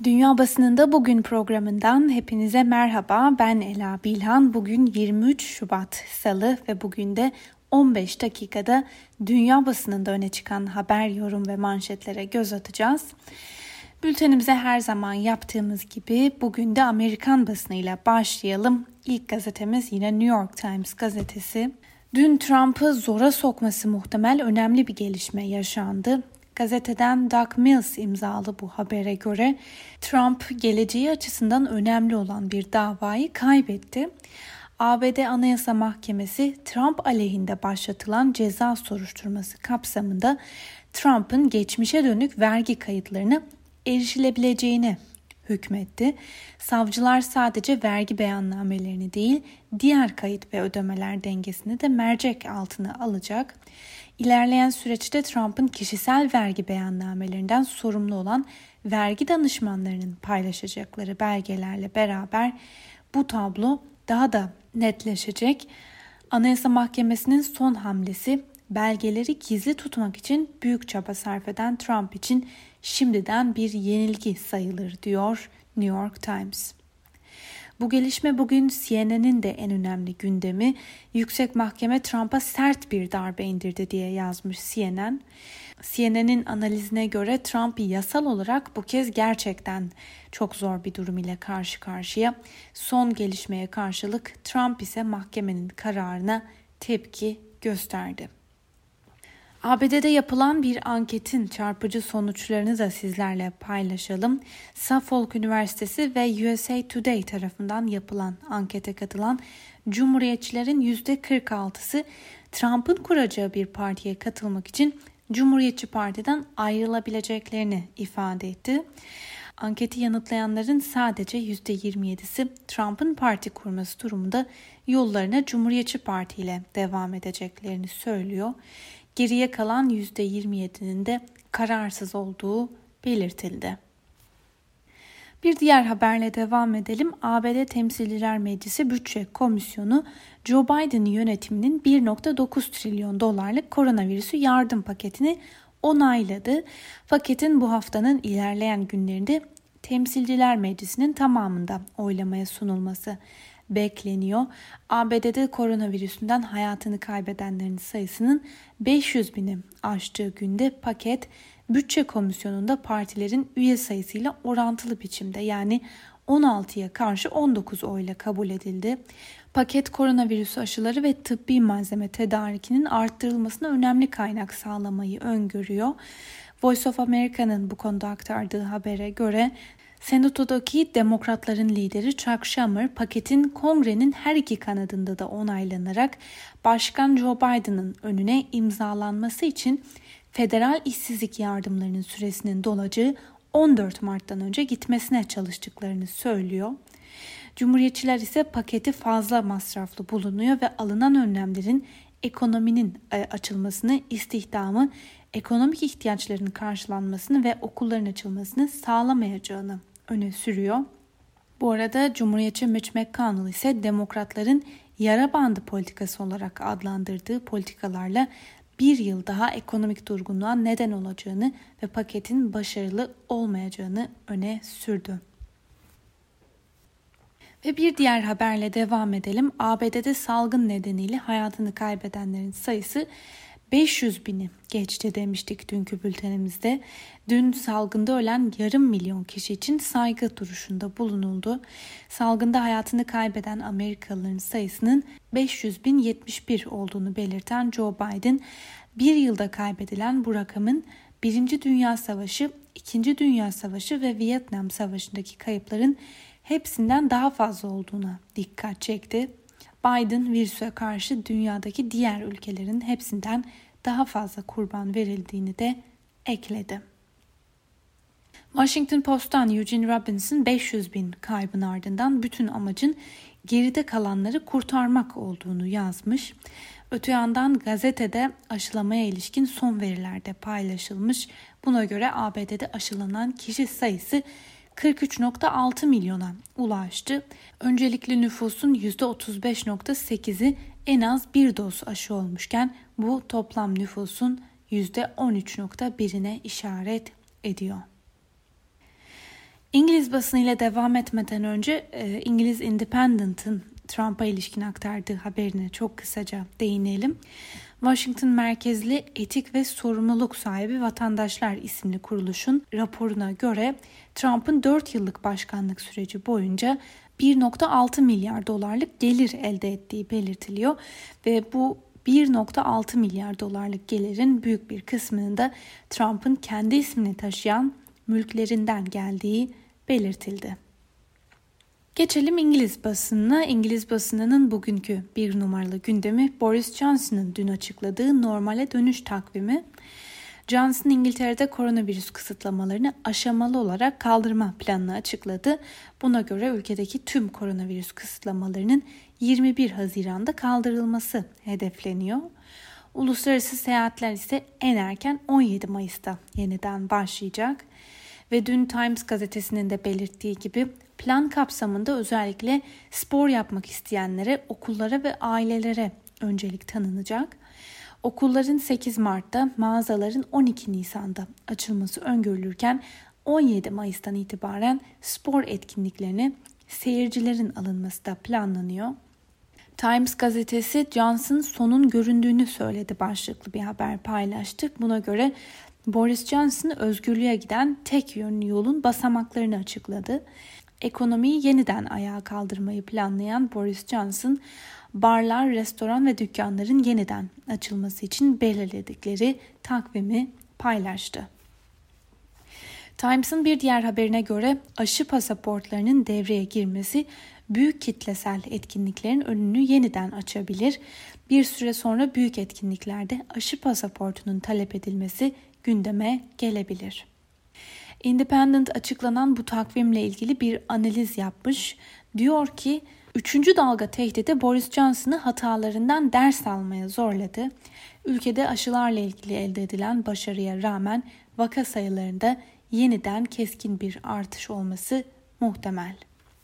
Dünya Basınında Bugün programından hepinize merhaba. Ben Ela Bilhan. Bugün 23 Şubat Salı ve bugün de 15 dakikada dünya basınında öne çıkan haber, yorum ve manşetlere göz atacağız. Bültenimize her zaman yaptığımız gibi bugün de Amerikan basınıyla başlayalım. İlk gazetemiz yine New York Times gazetesi. Dün Trump'ı zora sokması muhtemel önemli bir gelişme yaşandı. Gazeteden Doug Mills imzalı bu habere göre Trump geleceği açısından önemli olan bir davayı kaybetti. ABD Anayasa Mahkemesi Trump aleyhinde başlatılan ceza soruşturması kapsamında Trump'ın geçmişe dönük vergi kayıtlarına erişilebileceğini hükmetti. Savcılar sadece vergi beyannamelerini değil, diğer kayıt ve ödemeler dengesini de mercek altına alacak. İlerleyen süreçte Trump'ın kişisel vergi beyannamelerinden sorumlu olan vergi danışmanlarının paylaşacakları belgelerle beraber bu tablo daha da netleşecek. Anayasa Mahkemesi'nin son hamlesi belgeleri gizli tutmak için büyük çaba sarf eden Trump için şimdiden bir yenilgi sayılır diyor New York Times. Bu gelişme bugün CNN'in de en önemli gündemi. Yüksek Mahkeme Trump'a sert bir darbe indirdi diye yazmış CNN. CNN'in analizine göre Trump yasal olarak bu kez gerçekten çok zor bir durum ile karşı karşıya. Son gelişmeye karşılık Trump ise mahkemenin kararına tepki gösterdi. ABD'de yapılan bir anketin çarpıcı sonuçlarını da sizlerle paylaşalım. Suffolk Üniversitesi ve USA Today tarafından yapılan ankete katılan Cumhuriyetçilerin %46'sı Trump'ın kuracağı bir partiye katılmak için Cumhuriyetçi Parti'den ayrılabileceklerini ifade etti. Anketi yanıtlayanların sadece %27'si Trump'ın parti kurması durumunda yollarına Cumhuriyetçi Parti ile devam edeceklerini söylüyor. Geriye kalan %27'nin de kararsız olduğu belirtildi. Bir diğer haberle devam edelim. ABD Temsilciler Meclisi Bütçe Komisyonu Joe Biden yönetiminin 1,9 trilyon dolarlık koronavirüsü yardım paketini onayladı. Paketin bu haftanın ilerleyen günlerinde Temsilciler Meclisi'nin tamamında oylamaya sunulması bekleniyor. ABD'de koronavirüsünden hayatını kaybedenlerin sayısının 500 bini aştığı günde paket Bütçe Komisyonu'nda partilerin üye sayısıyla orantılı biçimde yani 16'ya karşı 19 oyla kabul edildi. Paket koronavirüs aşıları ve tıbbi malzeme tedarikinin arttırılmasına önemli kaynak sağlamayı öngörüyor. Voice of America'nın bu konuda aktardığı habere göre Senato'daki Demokratların lideri Chuck Schumer paketin Kongre'nin her iki kanadında da onaylanarak Başkan Joe Biden'ın önüne imzalanması için federal işsizlik yardımlarının süresinin dolacağı 14 Mart'tan önce gitmesine çalıştıklarını söylüyor. Cumhuriyetçiler ise paketi fazla masraflı bulunuyor ve alınan önlemlerin ekonominin açılmasını, istihdamı, ekonomik ihtiyaçların karşılanmasını ve okulların açılmasını sağlamayacağını öne sürüyor. Bu arada Cumhuriyetçi Mitch McConnell ise Demokratların yara bandı politikası olarak adlandırdığı politikalarla bir yıl daha ekonomik durgunluğa neden olacağını ve paketin başarılı olmayacağını öne sürdü. Ve bir diğer haberle devam edelim. ABD'de salgın nedeniyle hayatını kaybedenlerin sayısı 500 bini geçti demiştik dünkü bültenimizde. Dün salgında ölen 500.000 kişi için saygı duruşunda bulunuldu. Salgında hayatını kaybeden Amerikalıların sayısının 500.071 olduğunu belirten Joe Biden, bir yılda kaybedilen bu rakamın 1. Dünya Savaşı, 2. Dünya Savaşı ve Vietnam Savaşı'ndaki kayıpların hepsinden daha fazla olduğuna dikkat çekti. Biden virüse karşı dünyadaki diğer ülkelerin hepsinden daha fazla kurban verildiğini de ekledi. Washington Post'tan Eugene Robinson 500.000 kaybın ardından bütün amacın geride kalanları kurtarmak olduğunu yazmış. Öte yandan gazetede aşılamaya ilişkin son veriler de paylaşılmış. Buna göre ABD'de aşılanan kişi sayısı 43,6 milyona ulaştı. Öncelikli nüfusun %35,8'i en az bir doz aşı olmuşken bu toplam nüfusun %13,1'ine işaret ediyor. İngiliz İngiliz basınıyla devam etmeden önce İngiliz Independent'ın Trump'a ilişkin aktardığı haberine çok kısaca değinelim. Washington merkezli Etik ve Sorumluluk Sahibi Vatandaşlar isimli kuruluşun raporuna göre Trump'ın 4 yıllık başkanlık süreci boyunca 1,6 milyar dolarlık gelir elde ettiği belirtiliyor ve bu 1,6 milyar dolarlık gelirin büyük bir kısmının da Trump'ın kendi ismini taşıyan mülklerinden geldiği belirtildi. Geçelim İngiliz basınına. İngiliz basınının bugünkü bir numaralı gündemi Boris Johnson'ın dün açıkladığı normale dönüş takvimi. Johnson İngiltere'de koronavirüs kısıtlamalarını aşamalı olarak kaldırma planını açıkladı. Buna göre ülkedeki tüm koronavirüs kısıtlamalarının 21 Haziran'da kaldırılması hedefleniyor. Uluslararası seyahatler ise en erken 17 Mayıs'ta yeniden başlayacak. Ve dün Times gazetesinin de belirttiği gibi plan kapsamında özellikle spor yapmak isteyenlere, okullara ve ailelere öncelik tanınacak. Okulların 8 Mart'ta, mağazaların 12 Nisan'da açılması öngörülürken 17 Mayıs'tan itibaren spor etkinliklerine seyircilerin alınması da planlanıyor. Times gazetesi Johnson sonun göründüğünü söyledi başlıklı bir haber paylaştı. Buna göre Boris Johnson özgürlüğe giden tek yönlü yolun basamaklarını açıkladı. Ekonomiyi yeniden ayağa kaldırmayı planlayan Boris Johnson, barlar, restoran ve dükkanların yeniden açılması için belirledikleri takvimi paylaştı. Times'ın bir diğer haberine göre aşı pasaportlarının devreye girmesi büyük kitlesel etkinliklerin önünü yeniden açabilir. Bir süre sonra büyük etkinliklerde aşı pasaportunun talep edilmesi gündeme gelebilir. Independent açıklanan bu takvimle ilgili bir analiz yapmış. Diyor ki 3. dalga tehdidi Boris Johnson'ı hatalarından ders almaya zorladı. Ülkede aşılarla ilgili elde edilen başarıya rağmen vaka sayılarında yeniden keskin bir artış olması muhtemel.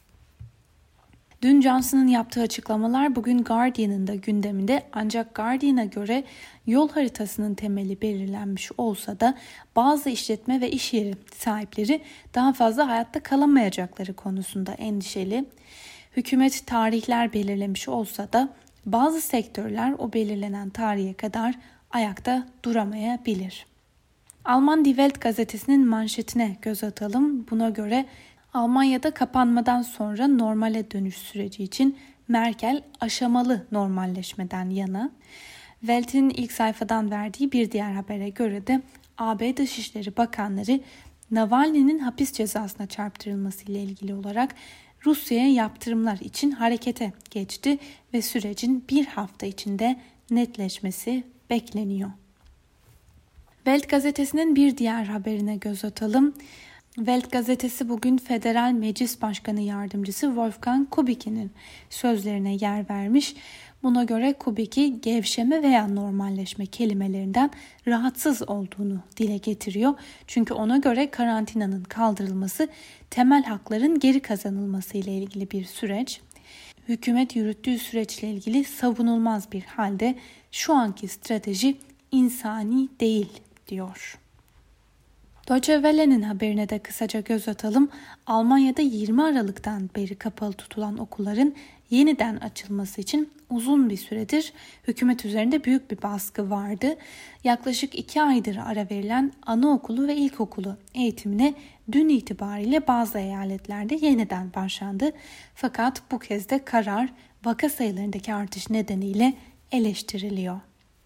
Dün Johnson'ın yaptığı açıklamalar bugün Guardian'ın da gündeminde, ancak Guardian'a göre yol haritasının temeli belirlenmiş olsa da bazı işletme ve iş yeri sahipleri daha fazla hayatta kalamayacakları konusunda endişeli. Hükümet tarihler belirlemiş olsa da bazı sektörler o belirlenen tarihe kadar ayakta duramayabilir. Alman Die Welt gazetesinin manşetine göz atalım. Buna göre Almanya'da kapanmadan sonra normale dönüş süreci için Merkel aşamalı normalleşmeden yana. Welt'in ilk sayfadan verdiği bir diğer habere göre de AB Dışişleri Bakanları Navalny'nin hapis cezasına çarptırılması ile ilgili olarak Rusya'ya yaptırımlar için harekete geçti ve sürecin bir hafta içinde netleşmesi bekleniyor. Welt gazetesinin bir diğer haberine göz atalım. Welt gazetesi bugün Federal Meclis Başkanı Yardımcısı Wolfgang Kubicki'nin sözlerine yer vermiş. Buna göre Kubicki gevşeme veya normalleşme kelimelerinden rahatsız olduğunu dile getiriyor. Çünkü ona göre karantinanın kaldırılması temel hakların geri kazanılması ile ilgili bir süreç. Hükümet yürüttüğü süreçle ilgili savunulmaz bir halde şu anki strateji insani değil diyor. Deutsche Welle'nin haberine de kısaca göz atalım. Almanya'da 20 Aralık'tan beri kapalı tutulan okulların yeniden açılması için uzun bir süredir hükümet üzerinde büyük bir baskı vardı. Yaklaşık 2 aydır ara verilen anaokulu ve ilkokulu eğitimine dün itibariyle bazı eyaletlerde yeniden başlandı. Fakat bu kez de karar vaka sayılarındaki artış nedeniyle eleştiriliyor.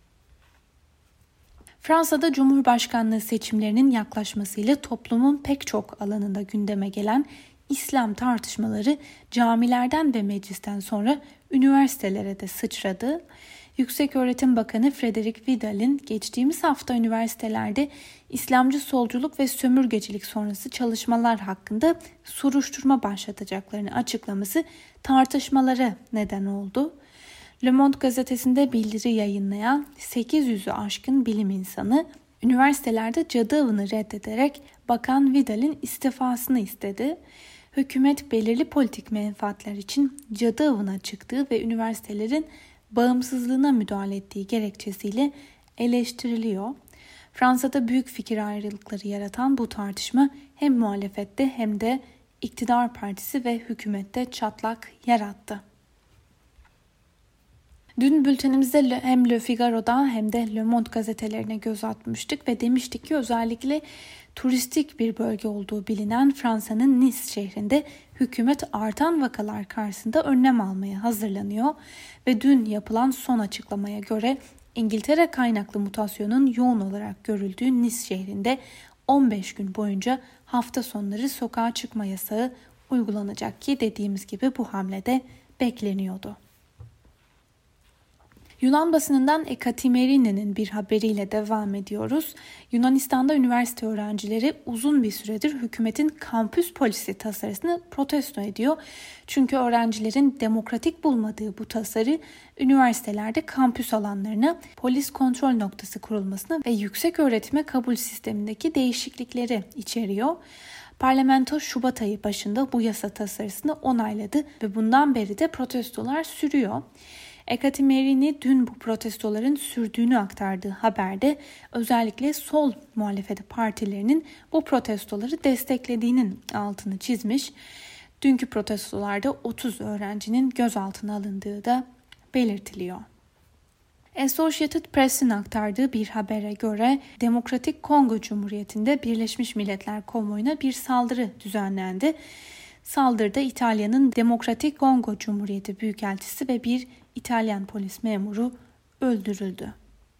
Fransa'da Cumhurbaşkanlığı seçimlerinin yaklaşmasıyla toplumun pek çok alanında gündeme gelen İslam tartışmaları camilerden ve meclisten sonra üniversitelere de sıçradı. Yükseköğretim Bakanı Frédéric Vidal'in geçtiğimiz hafta üniversitelerde İslamcı solculuk ve sömürgecilik sonrası çalışmalar hakkında soruşturma başlatacaklarını açıklaması tartışmalara neden oldu. Le Monde gazetesinde bildiri yayınlayan 800'ü aşkın bilim insanı üniversitelerde cadı avını reddederek Bakan Vidal'in istifasını istedi. Hükümet belirli politik menfaatler için cadı avına çıktığı ve üniversitelerin bağımsızlığına müdahale ettiği gerekçesiyle eleştiriliyor. Fransa'da büyük fikir ayrılıkları yaratan bu tartışma hem muhalefette hem de iktidar partisi ve hükümette çatlak yarattı. Dün bültenimizde hem Le Figaro'da hem de Le Monde gazetelerine göz atmıştık ve demiştik ki özellikle turistik bir bölge olduğu bilinen Fransa'nın Nice şehrinde hükümet artan vakalar karşısında önlem almaya hazırlanıyor ve dün yapılan son açıklamaya göre İngiltere kaynaklı mutasyonun yoğun olarak görüldüğü Nice şehrinde 15 gün boyunca hafta sonları sokağa çıkma yasağı uygulanacak ki dediğimiz gibi bu hamlede bekleniyordu. Yunan basınından Ekaterimini'nin bir haberiyle devam ediyoruz. Yunanistan'da üniversite öğrencileri uzun bir süredir hükümetin kampüs polisi tasarısını protesto ediyor. Çünkü öğrencilerin demokratik bulmadığı bu tasarı üniversitelerde kampüs alanlarına polis kontrol noktası kurulmasını ve yüksek öğretime kabul sistemindeki değişiklikleri içeriyor. Parlamento Şubat ayı başında bu yasa tasarısını onayladı ve bundan beri de protestolar sürüyor. Ekaterimini dün bu protestoların sürdüğünü aktardığı haberde özellikle sol muhalefet partilerinin bu protestoları desteklediğinin altını çizmiş. Dünkü protestolarda 30 öğrencinin gözaltına alındığı da belirtiliyor. Associated Press'in aktardığı bir habere göre Demokratik Kongo Cumhuriyeti'nde Birleşmiş Milletler konvoyuna bir saldırı düzenlendi. Saldırıda İtalya'nın Demokratik Kongo Cumhuriyeti Büyükelçisi ve bir İtalyan polis memuru öldürüldü.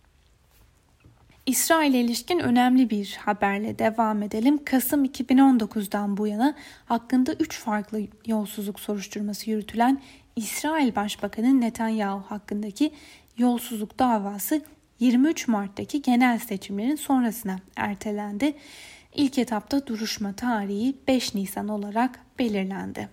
İsrail'e ilişkin önemli bir haberle devam edelim. Kasım 2019'dan bu yana hakkında 3 farklı yolsuzluk soruşturması yürütülen İsrail Başbakanı Netanyahu hakkındaki yolsuzluk davası 23 Mart'taki genel seçimlerin sonrasına ertelendi. İlk etapta duruşma tarihi 5 Nisan olarak belirlendi.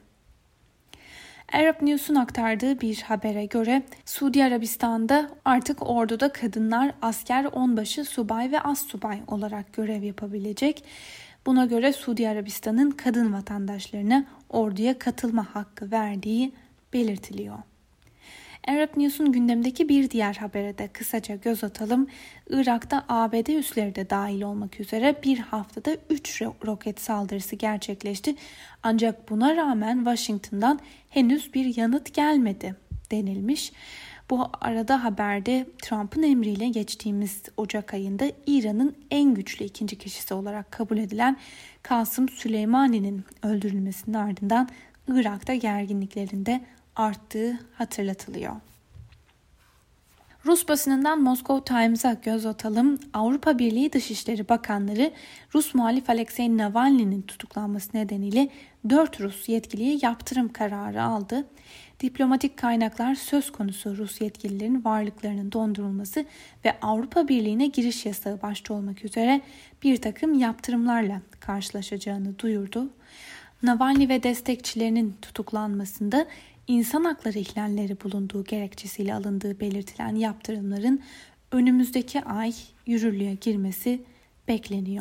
Arab News'un aktardığı bir habere göre Suudi Arabistan'da artık orduda kadınlar asker, onbaşı, subay ve astsubay olarak görev yapabilecek. Buna göre Suudi Arabistan'ın kadın vatandaşlarına orduya katılma hakkı verdiği belirtiliyor. Arab News'un gündemdeki bir diğer habere de kısaca göz atalım. Irak'ta ABD üsleri de dahil olmak üzere bir haftada 3 roket saldırısı gerçekleşti. Ancak buna rağmen Washington'dan henüz bir yanıt gelmedi denilmiş. Bu arada haberde Trump'ın emriyle geçtiğimiz Ocak ayında İran'ın en güçlü ikinci kişisi olarak kabul edilen Kasım Süleymani'nin öldürülmesinin ardından Irak'ta gerginliklerin de arttığı hatırlatılıyor. Rus basınından Moscow Times'a göz atalım. Avrupa Birliği Dışişleri Bakanları Rus muhalif Alexei Navalny'nin tutuklanması nedeniyle 4 Rus yetkiliye yaptırım kararı aldı. Diplomatik kaynaklar söz konusu Rus yetkililerin varlıklarının dondurulması ve Avrupa Birliği'ne giriş yasağı başta olmak üzere bir takım yaptırımlarla karşılaşacağını duyurdu. Navalny ve destekçilerinin tutuklanmasında İnsan hakları ihlalleri bulunduğu gerekçesiyle alındığı belirtilen yaptırımların önümüzdeki ay yürürlüğe girmesi bekleniyor.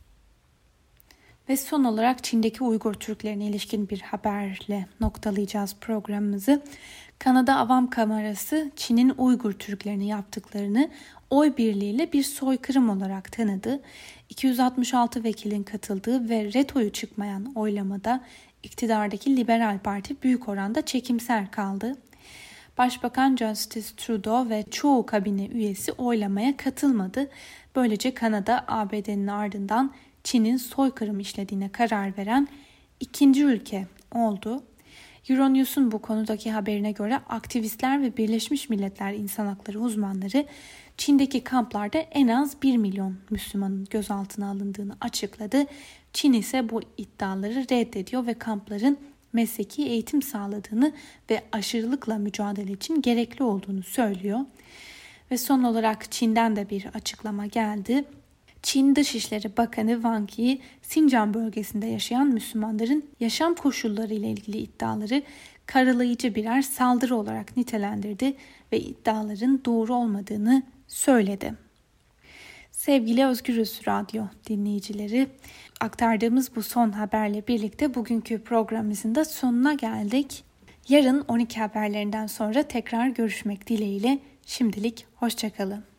Ve son olarak Çin'deki Uygur Türklerine ilişkin bir haberle noktalayacağız programımızı. Kanada Avam Kamerası Çin'in Uygur Türklerine yaptıklarını oy birliğiyle bir soykırım olarak tanıdı. 266 vekilin katıldığı ve ret oyu çıkmayan oylamada iktidardaki Liberal Parti büyük oranda çekimser kaldı. Başbakan Justin Trudeau ve çoğu kabine üyesi oylamaya katılmadı. Böylece Kanada, ABD'nin ardından Çin'in soykırım işlediğine karar veren ikinci ülke oldu. Euronews'un bu konudaki haberine göre aktivistler ve Birleşmiş Milletler İnsan Hakları uzmanları Çin'deki kamplarda en az 1 milyon Müslümanın gözaltına alındığını açıkladı. Çin ise bu iddiaları reddediyor ve kampların mesleki eğitim sağladığını ve aşırılıkla mücadele için gerekli olduğunu söylüyor. Ve son olarak Çin'den de bir açıklama geldi. Çin Dışişleri Bakanı Wang Yi, Sincan bölgesinde yaşayan Müslümanların yaşam koşulları ile ilgili iddiaları karalayıcı birer saldırı olarak nitelendirdi ve iddiaların doğru olmadığını söyledi. Sevgili Özgürüz Radyo dinleyicileri, aktardığımız bu son haberle birlikte bugünkü programımızın da sonuna geldik. Yarın 12 haberlerinden sonra tekrar görüşmek dileğiyle şimdilik hoşça kalın.